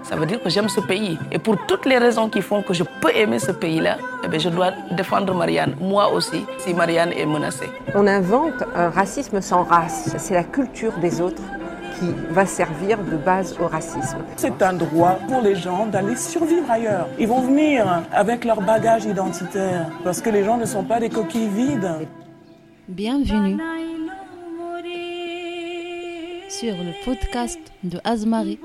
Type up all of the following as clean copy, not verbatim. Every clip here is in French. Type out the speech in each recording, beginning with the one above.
Ça veut dire que j'aime ce pays. Et pour toutes les raisons qui font que je peux aimer ce pays-là, eh bien, je dois défendre Marianne, moi aussi, si Marianne est menacée. On invente un racisme sans race. C'est la culture des autres qui va servir de base au racisme. C'est un droit pour les gens d'aller survivre ailleurs. Ils vont venir avec leur bagage identitaire parce que les gens ne sont pas des coquilles vides. Bienvenue sur le podcast de Azmari.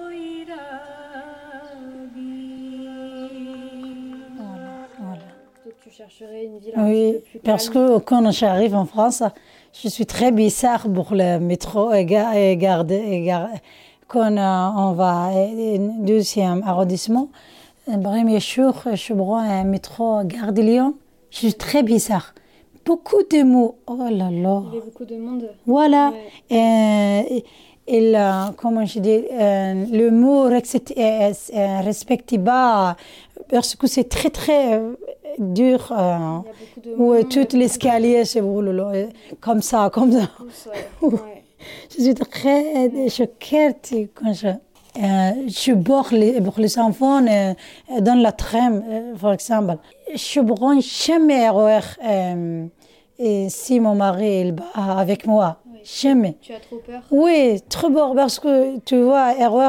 Donc tu chercherais une ville oui, plus parce que quand j'arrive en France, je suis très bizarre pour le métro et quand on va au 2e arrondissement, le premier jour, je prends un métro Gare de Lyon, je suis très bizarre. Beaucoup de mots, oh là là. Il y avait beaucoup de monde. Voilà, ouais. Comment je dis, le mot respecte pas, parce que c'est très très dur. Tout l'escalier, c'est comme ça. Ouais. Je suis très choquée quand je borde pour les enfants dans la tram, par exemple. Je ne prends jamais RER si mon mari il va avec moi. Oui. Jamais. Tu as trop peur? Oui, trop peur parce que tu vois, RER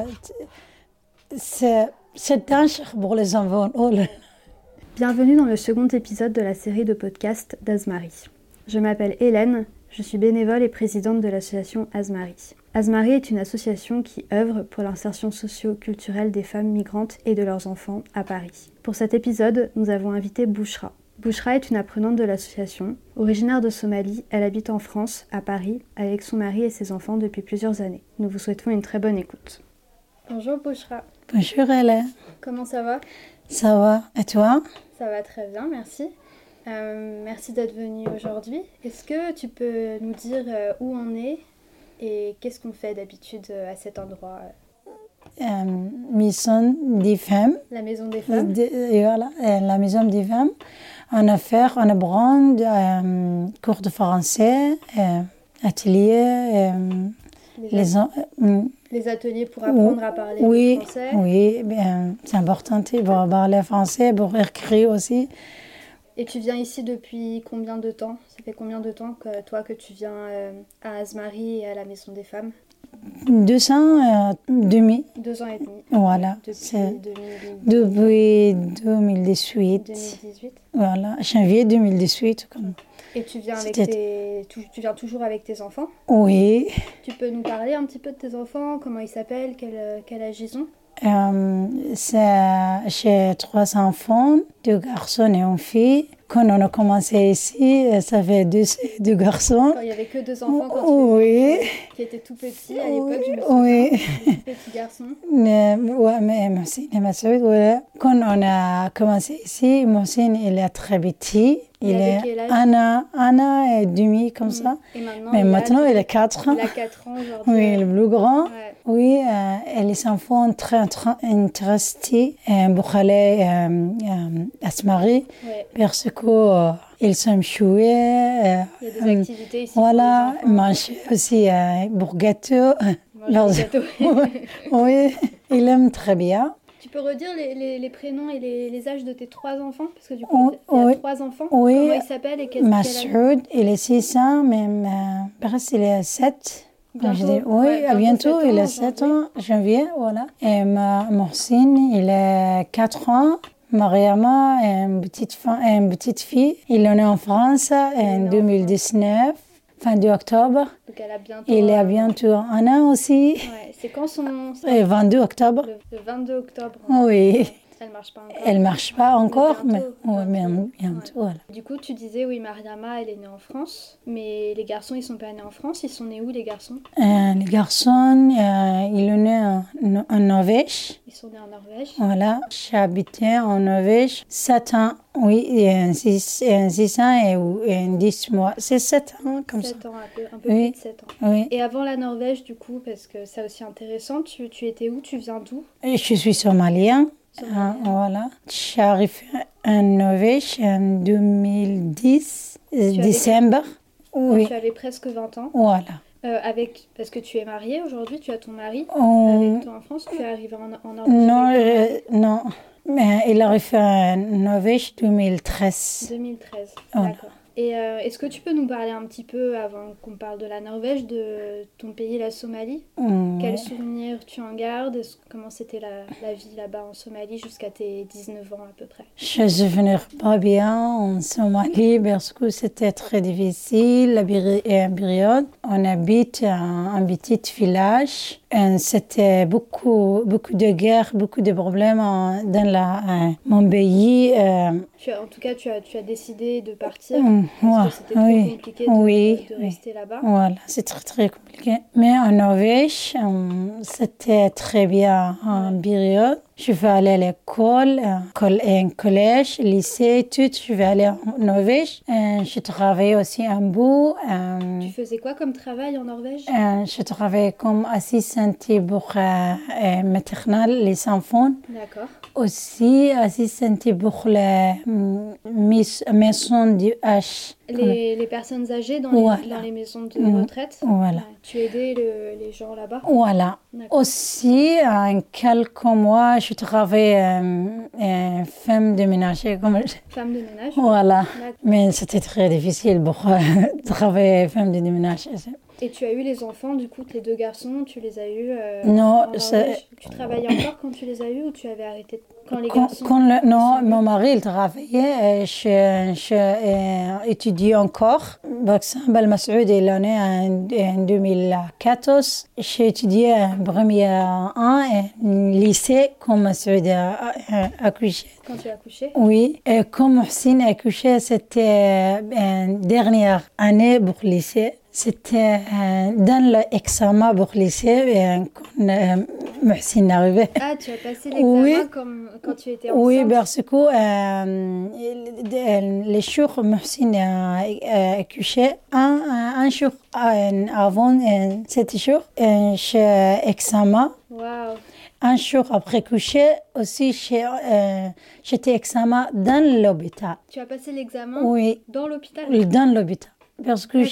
c'est dangereux pour les enfants. Oh là. Bienvenue dans le second épisode de la série de podcasts d'Azmari. Je m'appelle Hélène, je suis bénévole et présidente de l'association Azmari. Azmari est une association qui œuvre pour l'insertion socio-culturelle des femmes migrantes et de leurs enfants à Paris. Pour cet épisode, nous avons invité Bouchra. Bouchra est une apprenante de l'association. Originaire de Somalie, elle habite en France, à Paris, avec son mari et ses enfants depuis plusieurs années. Nous vous souhaitons une très bonne écoute. Bonjour Bouchra. Bonjour Hélène. Comment ça va? Ça va. Et toi? Ça va très bien, merci. Merci d'être venue aujourd'hui. Est-ce que tu peux nous dire où on est et qu'est-ce qu'on fait d'habitude à cet endroit? Maison des femmes. La maison des femmes. Voilà, la maison des femmes. On apprend cours de français, ateliers. Les ateliers pour apprendre à parler français. Oui, c'est important pour parler français, pour écrire aussi. Et tu viens ici depuis combien de temps? Ça fait combien de temps que tu viens à Azmari et à la Maison des Femmes? 2 ans et demi. 2 ans et demi. Voilà. Depuis 2018. 2018. Voilà, janvier 2018. Et tu viens tu viens toujours avec tes enfants? Oui. Tu peux nous parler un petit peu de tes enfants? Comment ils s'appellent? Quel âge ils ont? J'ai 3 enfants, 2 garçons et une fille. Quand on a commencé ici, ça fait 2 garçons. Quand il n'y avait que 2 enfants quand qui étaient tout petits à l'époque, je me souviens. Oui. Des petits garçons. Mais merci. Voilà. Quand on a commencé ici, Mohsin, il est très petit. Il est un an et demi, comme ça. Et maintenant, il a 4 ans. Il a 4 ans aujourd'hui. Oui, le plus grand. Ouais. Oui, et les enfants très intéressés pour aller à Azmari, parce qu'ils sont joués. Il y a des activités ici. Voilà, manger aussi pour gâteau. Oui, il aime très bien. Tu peux redire les prénoms et les âges de tes 3 enfants? Parce que du coup, il y a 3 enfants. Oui. Comment ils s'appellent et quel âge? Masoud, il est 6 ans, mais presque il est 7. Bientôt, il a 7 ans, janvier, voilà. Et Mohsin, il a 4 ans. Mariama, une petite fille. Il est né en France en 2019, fin d'octobre. Donc il a bientôt 1 an aussi. Ouais. C'est quand son... 22 octobre. Le 22 octobre. Oui. Elle marche pas encore. Elle marche pas encore, mais bientôt. Ouais. Voilà. Du coup, tu disais, oui, Mariama, elle est née en France, mais les garçons, ils sont pas nés en France. Ils sont nés où, les garçons? Les garçons, ils sont nés en Norvège. Ils sont nés en Norvège. Voilà. J'ai habité en Norvège 7 ans, oui, et 6 ans et 10 mois. C'est 7 ans, comme 7 ça. ans, un peu plus de 7 ans. Oui. Et avant la Norvège, du coup, parce que c'est aussi intéressant, tu étais où? Tu viens d'où? Je suis somalien. Voilà. Je suis arrivée en Norvège en 2010, décembre. Tu avais presque 20 ans. Voilà. Parce que tu es mariée aujourd'hui, tu as ton mari On- avec toi en France, tu es arrivée en Norvège Non, avec non. Mais il arrive en Norvège 2013. 2013, Voilà. d'accord. Et est-ce que tu peux nous parler un petit peu, avant qu'on parle de la Norvège, de ton pays, la Somalie? Quels souvenirs tu en gardes? Comment c'était la vie là-bas en Somalie jusqu'à tes 19 ans à peu près? Je suis venue pas bien en Somalie parce que c'était très difficile la période. On habite un petit village. Et c'était beaucoup de guerres, beaucoup de problèmes dans mon pays. En tout cas, tu as décidé de partir Ouais, parce que c'était trop oui, compliqué oui, de oui. rester là-bas. Voilà, c'est très très compliqué. Mais en Norvège, c'était très bien en période. Je vais aller à l'école, un collège, lycée, tout. Je vais aller en Norvège. Je travaille aussi un bout. Tu faisais quoi comme travail en Norvège? Je travaille comme assistante pour maternelle, les enfants. D'accord. Aussi assistante pour les maisons du H. Les personnes âgées dans les maisons de retraite? Voilà. Ouais. Tu aidais les gens là-bas? Voilà. D'accord. Aussi, en quelques mois, je travaillais femme de ménage. Femme de ménage? Voilà. D'accord. Mais c'était très difficile pour travailler femme de ménage. Et tu as eu les enfants, du coup, tes 2 garçons, tu les as eus Non, en Norvège? Tu travaillais encore quand tu les as eus ou tu avais arrêté quand les garçons? Non, mon mari, il travaillait. Je étudiais encore. Par exemple, Massoud, il est né en 2014. J'ai étudié en première an et lycée quand Massoud a accouché. Quand tu as accouché? Oui, et quand Mohsin a accouché, c'était une dernière année pour le lycée. C'était dans l'examen pour le lycée quand Mohsin est arrivé. Ah, tu as passé l'examen Oui. comme quand tu étais enceinte? Oui, parce que les jours Mohsin a accouché, un jour avant 7 jours, j'ai examen. Waouh! Un jour après coucher, aussi, j'étais examen dans l'hôpital. Tu as passé l'examen Oui, dans l'hôpital? dans l'hôpital. Parce que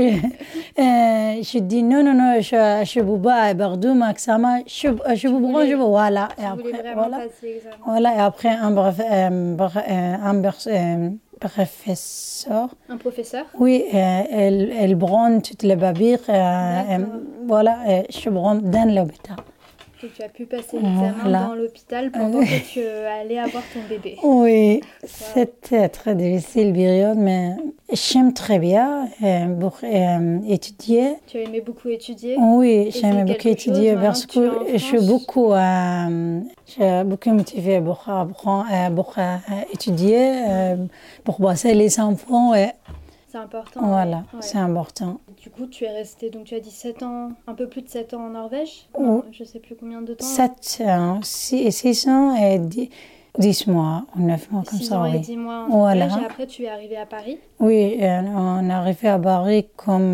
je dis non, je ne peux pas perdre mon examen. Je peux prendre, voilà. Et Tu voulais après, vraiment passer l'examen? voilà. Et après, un professeur. Un professeur? Oui, elle prend toutes les papiers. Voilà, je prends dans l'hôpital. Que tu as pu passer l'examen dans l'hôpital pendant que tu allais avoir ton bébé. Oui, c'était très difficile, période, mais j'aime très bien pour étudier. Tu as aimé beaucoup étudier? Oui, Et j'aime c'est beaucoup quelque chose, étudier maintenant parce que tu es en que je suis beaucoup motivée pour étudier, pour passer les enfants. C'est important. Voilà, Ouais. c'est important. Du coup, tu es restée, donc tu as dit 7 ans, un peu plus de 7 ans en Norvège? Oui. Non, je ne sais plus combien de temps. 7 ans, 6 ans et 10 mois, ou 9 mois, comme 6 ça, ans et oui. 10 mois en Norvège. Voilà. Et après, tu es arrivée à Paris? Oui, on est arrivé à Paris comme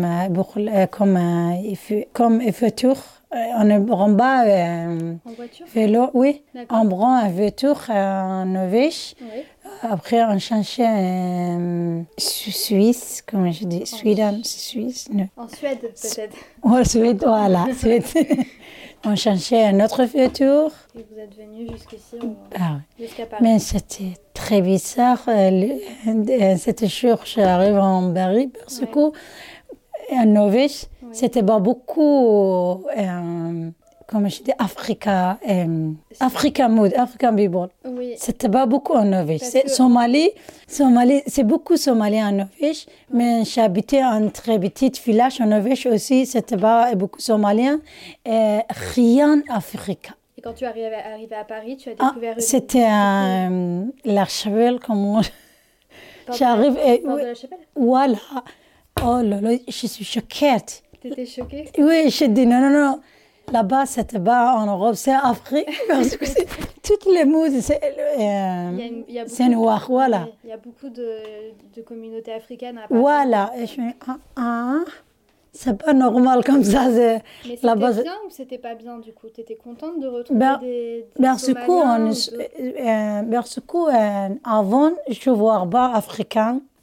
voiture. On ne prend pas En voiture? vélo, oui. D'accord. On prend une voiture en Norvège. Oui. Après, on changeait Suisse, comme je dis, Sweden, c'est Suisse. Non. En Suède, peut-être. Oh, Suède, voilà, Suède. On changeait notre voiture. Et vous êtes venus jusqu'ici, Ah, oui. jusqu'à Paris. Mais c'était très bizarre. Cette jour, j'arrive en Paris parce que en Norvège, c'était pas beaucoup, comme je dis, Africa mood, African people. Oui. C'était pas beaucoup en Norvège. Parce C'est que- Somalie, c'est beaucoup Somaliens en Norvège, mais j'habitais un très petit village en Norvège aussi, c'était pas beaucoup Somaliens, et rien africain. Et quand tu es arrivée à Paris, tu as Ah, découvert c'était l'archipel, comment Porte j'arrive et de la Chapelle? voilà. Oh là là, je suis choquée. T'étais choquée? Oui, je dis non. Là-bas, c'était pas en Europe, c'est Afrique. Parce que toutes les mots, c'est Il y a beaucoup noir, voilà. Oui, il y a beaucoup de communautés africaines à Paris. Voilà. Et je me dis, c'est pas normal comme ça. Mais c'était Là-bas, bien ou c'était pas bien du coup? T'étais contente de retrouver des parce Somaliens que avant, je ne vois pas africain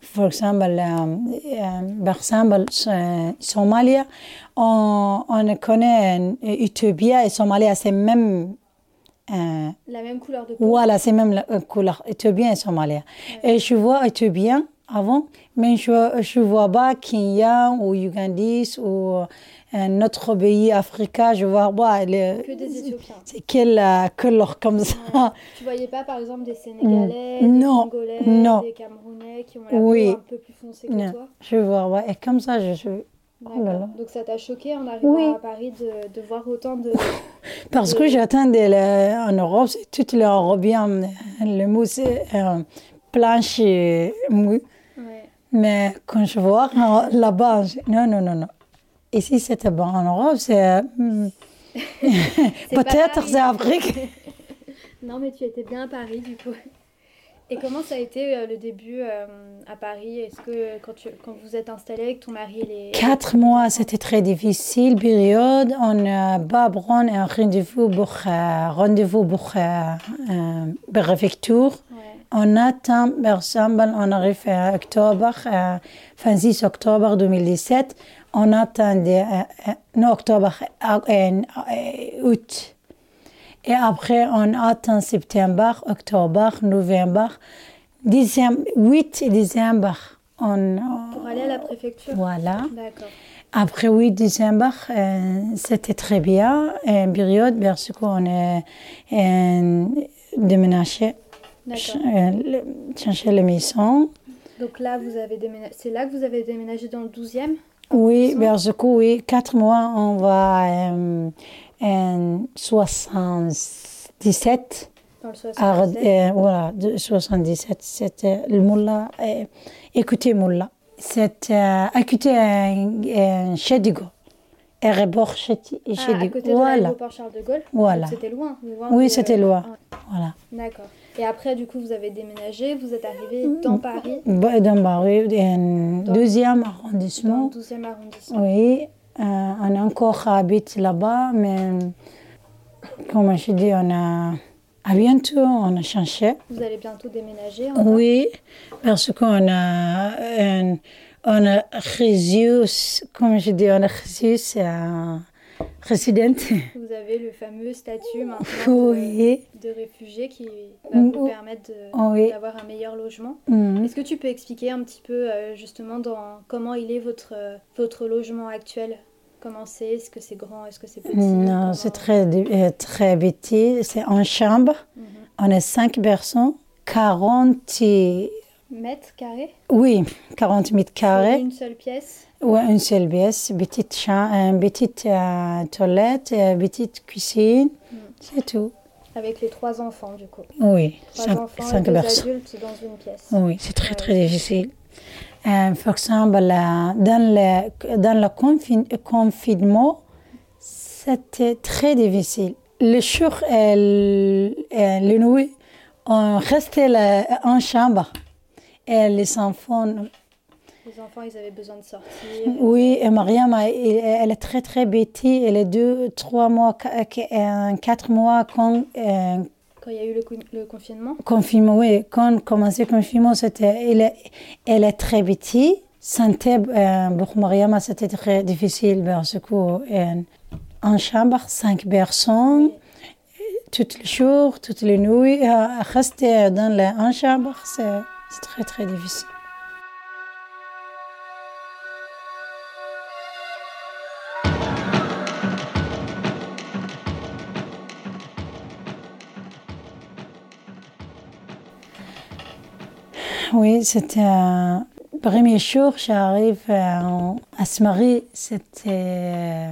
par exemple, Somalie, on connaît Éthiopie et Somalie, c'est même... la même couleur de peau. Voilà, c'est même la couleur, Éthiopien et Somalien. Ouais. Et je vois Éthiopien avant, mais je ne vois pas Kenya ou Ougandais ou un autre pays africain. Je vois que des Éthiopiens. C'est quelle couleur comme ça. Ouais. Tu ne voyais pas, par exemple, des Sénégalais, des Congolais, des Camerounais qui ont la peau un peu plus foncée que toi? Je vois, ouais. Et comme ça, je suis... Oh là là. Donc ça t'a choqué en arrivant à Paris de voir autant de... Parce que j'attendais en Europe, toutes les Européens, le mousse planche et mou. Ouais. Mais quand je vois là-bas, non. Ici, c'était bon. En Europe, c'est... peut-être c'est Afrique. Non, mais tu étais bien à Paris, du coup. Et comment ça a été le début à Paris? Est-ce que quand vous êtes installé avec ton mari et les... 4 mois, c'était très difficile, période. On a pas pris un rendez-vous pour préfecture. Ouais. On attend, par exemple, on arrive en octobre, 26 octobre 2017. On attendait, août. Et après, on attend septembre, octobre, novembre, 8 décembre. Pour aller à la préfecture? Voilà. D'accord. Après 8 décembre, c'était très bien, une période, parce qu'on est déménagé, changé la maison. Donc là, c'est là que vous avez déménagé dans le 12e? Oui, parce que 4 mois, on va... en 77. Dans le 77. Voilà, 77, c'était le Moula. Écoutez, Moula. C'était écoutez Chedigo. Aéroport Chedigo. À côté de l'aéroport Charles de Gaulle. Voilà. Donc c'était loin. Oui, c'était loin. Voilà. D'accord. Et après, du coup, vous avez déménagé, vous êtes arrivé dans Paris. Dans Paris, deuxième arrondissement. Dans le 12e arrondissement. Oui. On a encore habité là-bas, mais comme je dis, bientôt on a changé. Vous allez bientôt déménager? Oui, parce qu'on a reçu, comme je dis, on a reçu résidente. Vous avez le fameux statut maintenant de réfugié qui va vous permettre d'avoir un meilleur logement. Est-ce que tu peux expliquer un petit peu justement comment il est votre logement actuel? Comment c'est? Est-ce que c'est grand? Est-ce que c'est petit? Non, c'est très petit. C'est en chambre. On est 5 personnes. 40 mètres carrés? Oui, 40 mètres carrés. Une seule pièce? Oui, une seule pièce. Petite toilette, petite cuisine. C'est tout. Avec les 3 enfants, du coup? Oui, 3 enfants 5 et 2 personnes. adultes dans une pièce? Oui, c'est très, très difficile. Par exemple, dans le confinement, c'était très difficile. Le jour et la nuit, on restait en chambre. Et les enfants, ils avaient besoin de sortir. Oui, et Mariam, elle est très, très petite. Elle est 4 mois quand il y a eu le confinement? Confinement, oui. Quand commençait le confinement, elle est très petite. Santé, pour Mariam, c'était très difficile parce qu'en chambre, 5 personnes, tous les jours, toutes les nuits, rester en chambre, c'est très, très difficile. Oui, c'était le premier jour, j'arrive à Asmari, c'était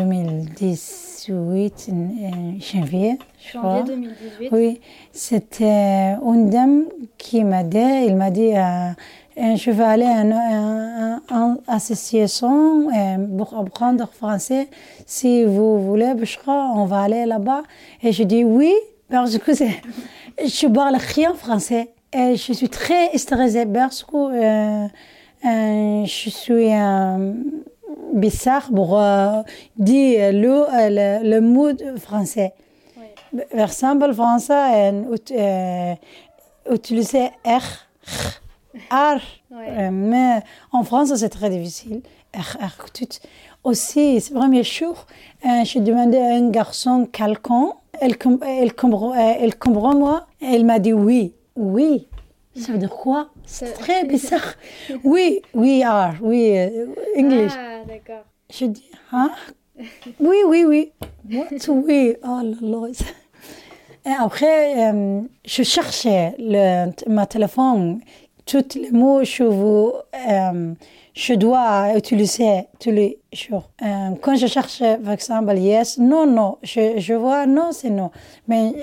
2018, janvier, je crois. Janvier 2018. Oui, c'était une dame qui m'a dit, je vais aller à une association pour apprendre français. Si vous voulez, on va aller là-bas. Et je dis oui, parce que je parle rien français. Et je suis très stressée parce que je suis bizarre pour dire le mot français. Oui. Par exemple, le français utilise R. Ouais. Mais en France, c'est très difficile. Aussi, ce premier jour, j'ai demandé à un garçon quelqu'un. Elle comprend moi. Elle m'a dit oui. Oui. Ça veut dire quoi? C'est très bizarre. Oui, we are. Oui, English. Ah, d'accord. Je dis, hein? Oui. What? Oui. Oh là là. Et après, je cherchais ma téléphone. Tous les mots je dois utiliser tous les jours. Quand je cherche, par exemple, yes, non, je vois non, c'est non. Mais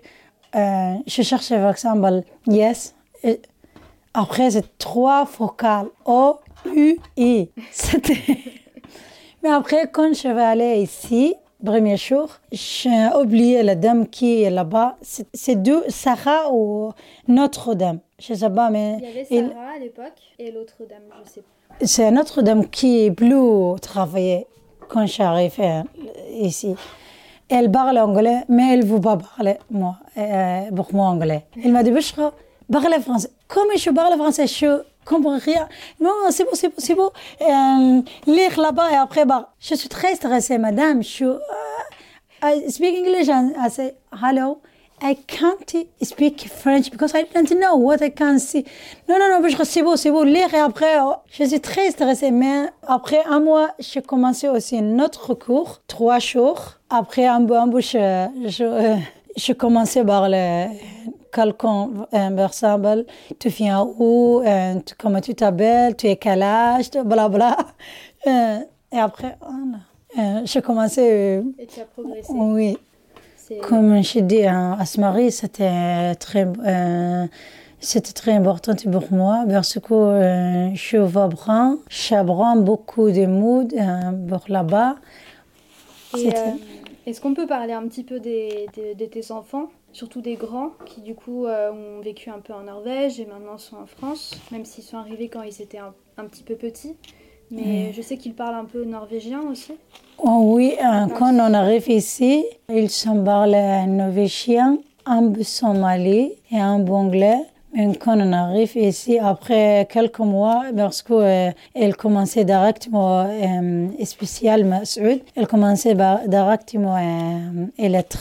je cherche, par exemple, yes. Et après, c'est 3 vocales. O, U, I. Mais après, quand je vais aller ici, premier jour, j'ai oublié la dame qui est là-bas. C'est deux, Sarah ou Notre-Dame. Je ne sais pas, mais... Il y avait Sarah à l'époque et l'autre dame, je ne sais pas. C'est Notre-Dame qui est plus travaillée quand je suis arrivée ici. Elle parle anglais, mais elle ne veut pas parler pour moi anglais. Elle m'a dit, Bishra, parle français. Comme je parle français, je ne comprends rien. Non, c'est beau. Lire là-bas et après, je suis très stressée, madame. I speak English and I say, hello. I can't speak French because I don't know what I can see. Non, c'est beau, lire et après, je suis très stressée. Mais après un mois, j'ai commencé aussi un autre cours, 3 jours. Après un bout, je commençais par quelqu'un, par exemple, tu viens où, comment tu t'appelles, tu es quel âge, blabla. Et après, j'ai commencé. Et tu as progressé. Oui. Comme je dis à Asmarie, c'était très important pour moi parce que j'apprends beaucoup de mots pour là-bas. Est-ce qu'on peut parler un petit peu de tes enfants, surtout des grands qui du coup ont vécu un peu en Norvège et maintenant sont en France, même s'ils sont arrivés quand ils étaient un petit peu petits. Mais je sais qu'ils parlent un peu norvégien aussi. Oh oui, quand on arrive ici, ils parlent norvégien, un peu somali et un peu anglais. Mais quand on arrive ici, après quelques mois, parce qu'elle commençait directement, spécial Masoud, elle commençait directement, elle est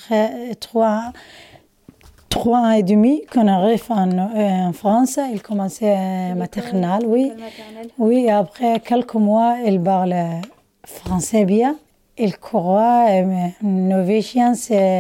3 ans et demi, quand on arrive en France, elle commençait maternelle, oui. Oui, et après quelques mois, elle parle français bien. Elle croit, norvégien,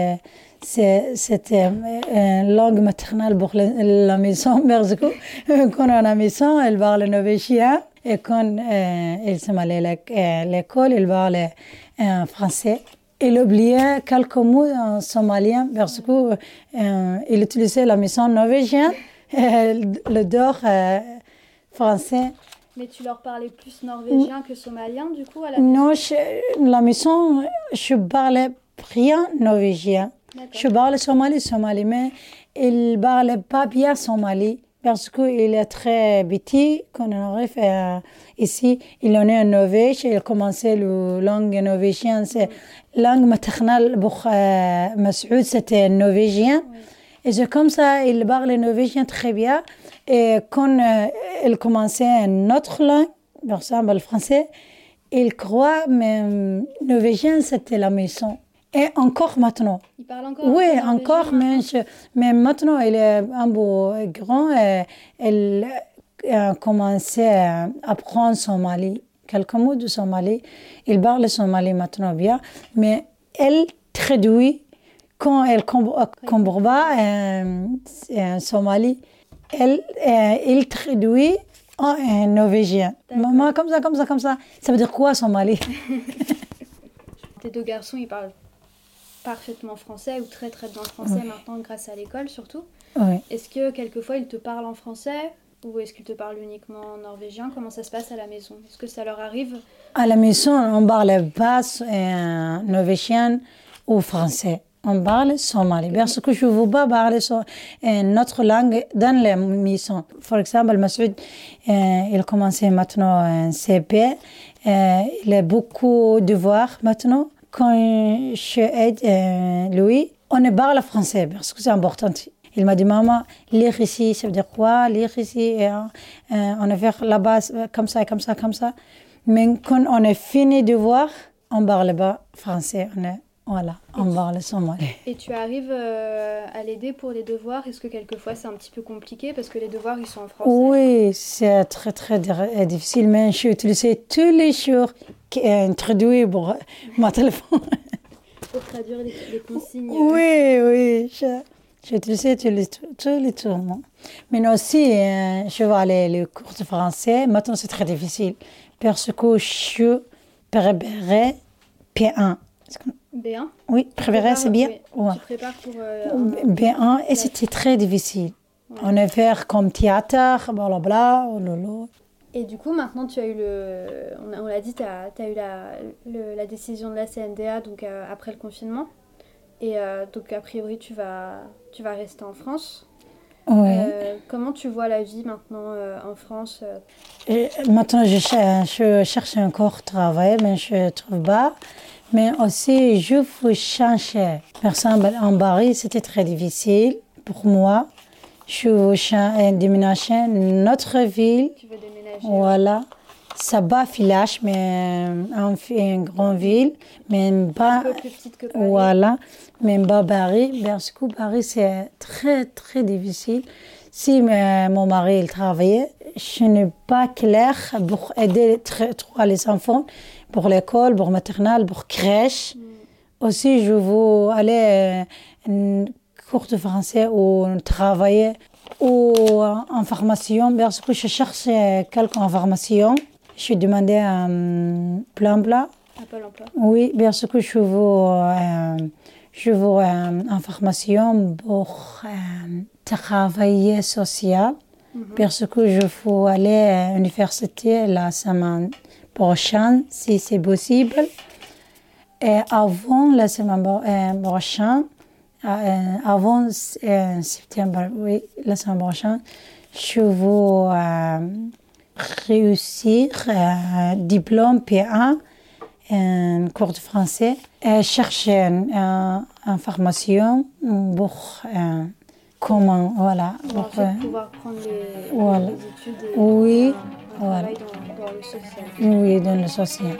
c'était une langue maternelle pour la maison, parce que quand on est à la maison, elle parle norvégien. Et quand elle s'est allée à l'école, elle parle français. Il oubliait quelques mots en somalien parce qu'il utilisait la maison norvégienne et le dehors français. Mais tu leur parlais plus norvégien que somalien du coup à la maison? Non, la maison, je parlais rien norvégien. D'accord. Je parlais somali, mais il ne parlait pas bien somali. Parce qu'il est très petit, quand on arrive ici, il en est en Norvège, il a commencé la langue norvégienne. C'est langue maternelle pour Masoud, c'était norvégien. Oui. Et c'est comme ça, il parle norvégien très bien. Et quand il commençait une autre langue, par exemple le français, il croit que norvégien, c'était la maison. Et encore maintenant. Il parle encore? Oui, encore, mais maintenant, il est un peu grand et il a commencé à apprendre somali. Quelques mots de somali. Il parle somali maintenant bien, mais elle traduit quand elle comprend pas somali. Il traduit en norvégien. Maman, comme ça. Ça veut dire quoi, somali? Tes 2 garçons, ils parlent parfaitement français ou très très bien français maintenant grâce à l'école surtout. Oui. Est-ce que quelquefois ils te parlent en français ou est-ce qu'ils te parlent uniquement en norvégien? Comment ça se passe à la maison? Est-ce que ça leur arrive? À la maison, on parle pas norvégien ou français. On parle somali parce que je ne veux pas parler notre langue dans la maison. Par exemple, Masoud, il commence maintenant un CP. Il a beaucoup de devoirs maintenant. Quand je aide lui, on parle français parce que c'est important. Il m'a dit, maman, lire ici, ça veut dire quoi? Lire ici, et, on va faire là-bas, comme ça, comme ça, comme ça. Mais quand on a fini de voir, on parle pas français. On parle somali. Et tu arrives à l'aider pour les devoirs? Est-ce que quelquefois c'est un petit peu compliqué parce que les devoirs ils sont en français? Oui, c'est très très difficile, mais j'utilise tous les jours traduit pour mon téléphone. Pour traduire les consignes? Oui, j'utilise tous les tours. Mais aussi, je vais aller les cours de français. Maintenant, c'est très difficile parce que je préparais P1. B1? Oui, préparer, c'est bien. Oui. Ouais. Tu prépares pour... B1, et c'était très difficile. Ouais. On a fait comme théâtre, blablabla, Et du coup, maintenant, tu as eu on l'a dit, tu as eu la décision de la CNDA donc, après le confinement. Et donc, a priori, tu vas rester en France. Oui. Comment tu vois la vie maintenant en France? Maintenant, je cherche encore travail, mais je ne trouve pas. Mais aussi, je veux changer. Par exemple, en Paris, c'était très difficile pour moi. Je veux déménager notre ville. Tu veux déménager? Voilà. Ça bat village, mais une grande ville. Mais pas, un peu plus petite que Paris. Voilà. Mais pas Paris. Parce que Paris, c'est très, très difficile. Si mon mari il travaillait, je n'ai pas clair pour aider les enfants. Pour l'école, pour maternelle, pour crèche. Aussi, je veux aller en cours de français ou travailler ou en formation parce que je cherche quelques informations. Je demandais un plan emploi. À Pôle emploi? Oui, parce que je veux une formation pour travailler social. Parce que je veux aller à l'université la semaine prochaine, si c'est possible. Et avant la semaine prochaine, avant septembre, oui, la semaine prochaine, je veux réussir diplôme P1, un cours de français, et chercher une formation pour comment, voilà. Pour pouvoir prendre les études et oui, un travail dans le social. Oui, dans le social.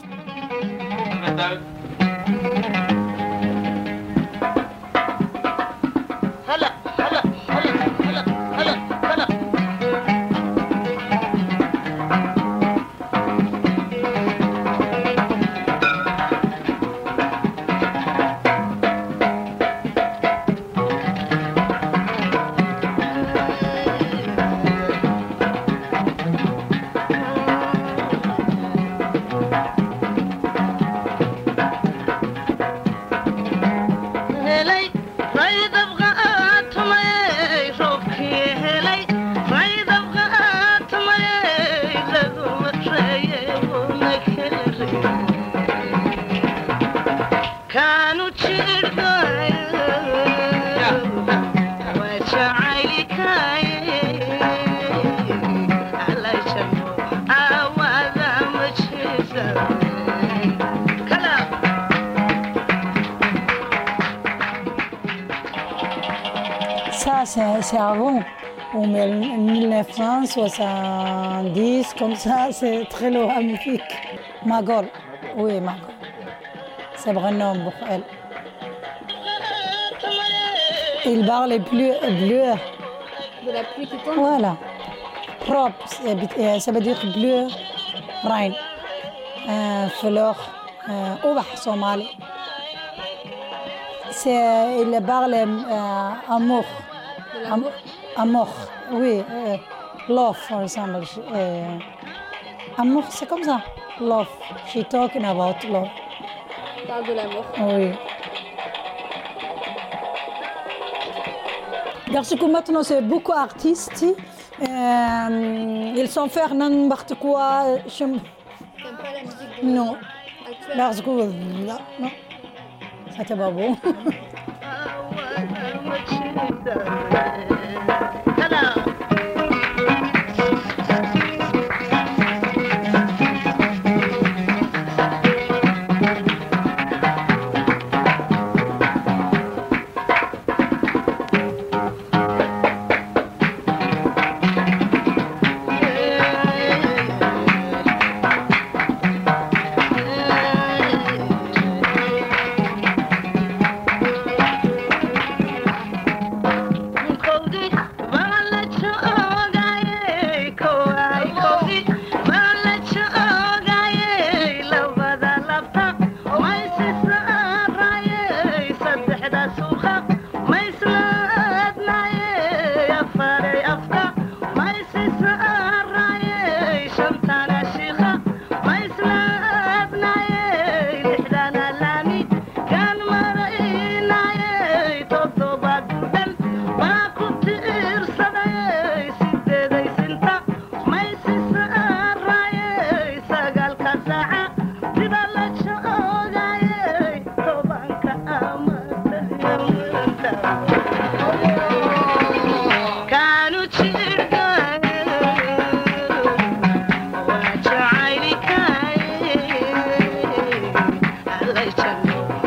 Ça, c'est avant, en 1970, comme ça, c'est très magnifique. Magol, oui, Magol. C'est vraiment pour elle. Il parle bleu. De la pluie qui tombe? Voilà. Propre, ça veut dire bleu, rain. Fleur, oubah, somali. Il parle amour. Amour, oui. Love, for example. Amour, c'est comme ça. Love. She's talking about love. On parle de l'amour. Oui. Parce que maintenant, c'est beaucoup d'artistes. Ils sont faire n'importe quoi. T'aimes pas la musique Non. actuelle? Parce que non. C'était pas bon. Salut.